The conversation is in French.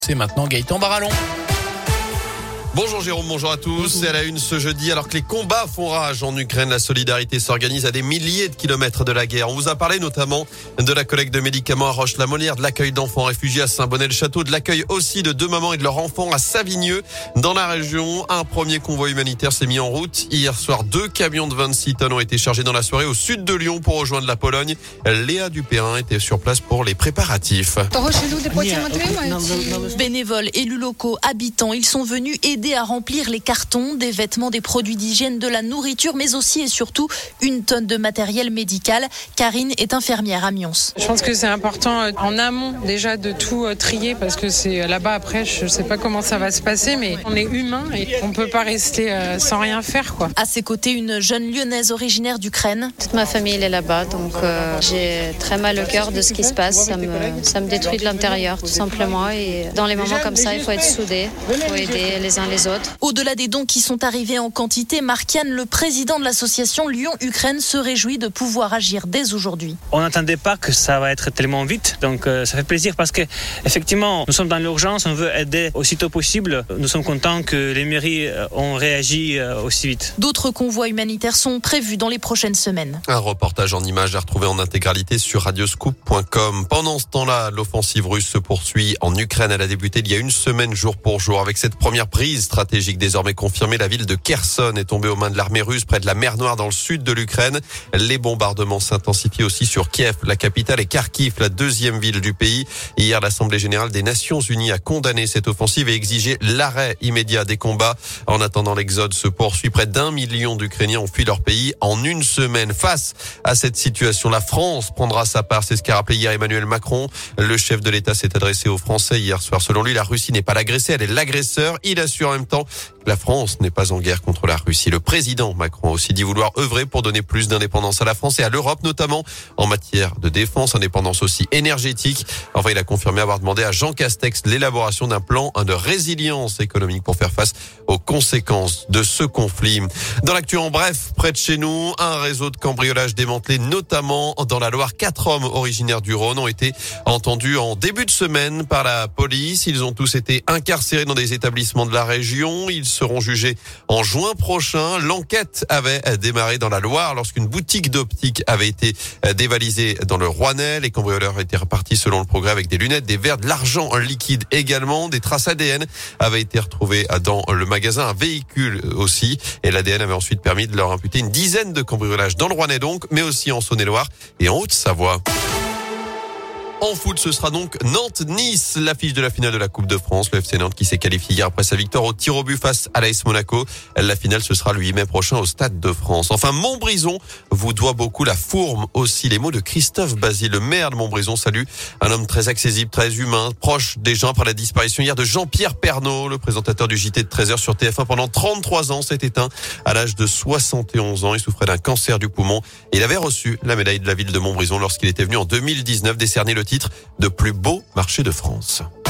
C'est maintenant Gaëtan Barallon. Bonjour Jérôme, bonjour à tous. C'est à la une ce jeudi, alors que les combats font rage en Ukraine, la solidarité s'organise à des milliers de kilomètres de la guerre. On vous a parlé notamment de la collecte de médicaments à Roche-la-Molière, de l'accueil d'enfants réfugiés à Saint-Bonnet-le-Château, de l'accueil aussi de 2 mamans et de leurs enfants à Savigneux. Dans la région, un premier convoi humanitaire s'est mis en route. Hier soir, 2 camions de 26 tonnes ont été chargés dans la soirée au sud de Lyon pour rejoindre la Pologne. Léa Dupérin était sur place pour les préparatifs. Bénévoles, élus locaux, habitants, ils sont venus aider à remplir les cartons, des vêtements, des produits d'hygiène, de la nourriture, mais aussi et surtout 1 tonne de matériel médical. Karine est infirmière à Mions. Je pense que c'est important en amont déjà de tout trier parce que c'est là-bas après, je ne sais pas comment ça va se passer, mais on est humain et on ne peut pas rester sans rien faire, quoi. À ses côtés, une jeune lyonnaise originaire d'Ukraine. Toute ma famille elle est là-bas, donc j'ai très mal au cœur de ce qui se passe. Ça me détruit de l'intérieur, tout simplement. Et dans les moments comme ça, il faut être soudés, il faut aider les uns les autres. Au-delà des dons qui sont arrivés en quantité, Marc-Yann, le président de l'association Lyon-Ukraine, se réjouit de pouvoir agir dès aujourd'hui. On n'attendait pas que ça va être tellement vite, donc ça fait plaisir parce que effectivement, nous sommes dans l'urgence, on veut aider aussitôt possible. Nous sommes contents que les mairies ont réagi aussi vite. D'autres convois humanitaires sont prévus dans les prochaines semaines. Un reportage en images à retrouver en intégralité sur radioscoop.com. Pendant ce temps-là, l'offensive russe se poursuit en Ukraine. Elle a débuté il y a 1 semaine, jour pour jour, avec cette première prise stratégique désormais confirmée. La ville de Kherson est tombée aux mains de l'armée russe près de la mer Noire dans le sud de l'Ukraine. Les bombardements s'intensifient aussi sur Kiev, la capitale, et Kharkiv, la 2e ville du pays. Hier, l'Assemblée générale des Nations Unies a condamné cette offensive et exigé l'arrêt immédiat des combats. En attendant, l'exode se poursuit. Près d'1 million d'Ukrainiens ont fui leur pays en 1 semaine. Face à cette situation, la France prendra sa part. C'est ce qu'a rappelé hier Emmanuel Macron. Le chef de l'État s'est adressé aux Français hier soir. Selon lui, la Russie n'est pas l'agressée, elle est l'agresseur. Il assure en même temps que la France n'est pas en guerre contre la Russie. Le président Macron a aussi dit vouloir œuvrer pour donner plus d'indépendance à la France et à l'Europe, notamment en matière de défense, indépendance aussi énergétique. Enfin, il a confirmé avoir demandé à Jean Castex l'élaboration d'un plan de résilience économique pour faire face aux conséquences de ce conflit. Dans l'actu en bref, près de chez nous, un réseau de cambriolage démantelé, notamment dans la Loire. 4 hommes originaires du Rhône ont été entendus en début de semaine par la police. Ils ont tous été incarcérés dans des établissements de la région. Ils seront jugés en juin prochain. L'enquête avait démarré dans la Loire lorsqu'une boutique d'optique avait été dévalisée dans le Rouennais. Les cambrioleurs étaient repartis selon le progrès avec des lunettes, des verres, de l'argent en liquide également. Des traces ADN avaient été retrouvées dans le magasin, un véhicule aussi. Et l'ADN avait ensuite permis de leur imputer une dizaine de cambriolages dans le Rouennais donc, mais aussi en Saône-et-Loire et en Haute-Savoie. En foot, ce sera donc Nantes-Nice, l'affiche de la finale de la Coupe de France. Le FC Nantes qui s'est qualifié hier après sa victoire au tir au but face à l'AS Monaco. La finale, ce sera le 8 mai prochain au Stade de France. Enfin, Montbrison vous doit beaucoup, la Fourme aussi. Les mots de Christophe Basile, le maire de Montbrison, salue un homme très accessible, très humain, proche des gens après la disparition hier de Jean-Pierre Pernaut, le présentateur du JT de 13h sur TF1 pendant 33 ans, s'est éteint à l'âge de 71 ans. Il souffrait d'un cancer du poumon et il avait reçu la médaille de la ville de Montbrison lorsqu'il était venu en 2019 décerner le titre de plus beau marché de France.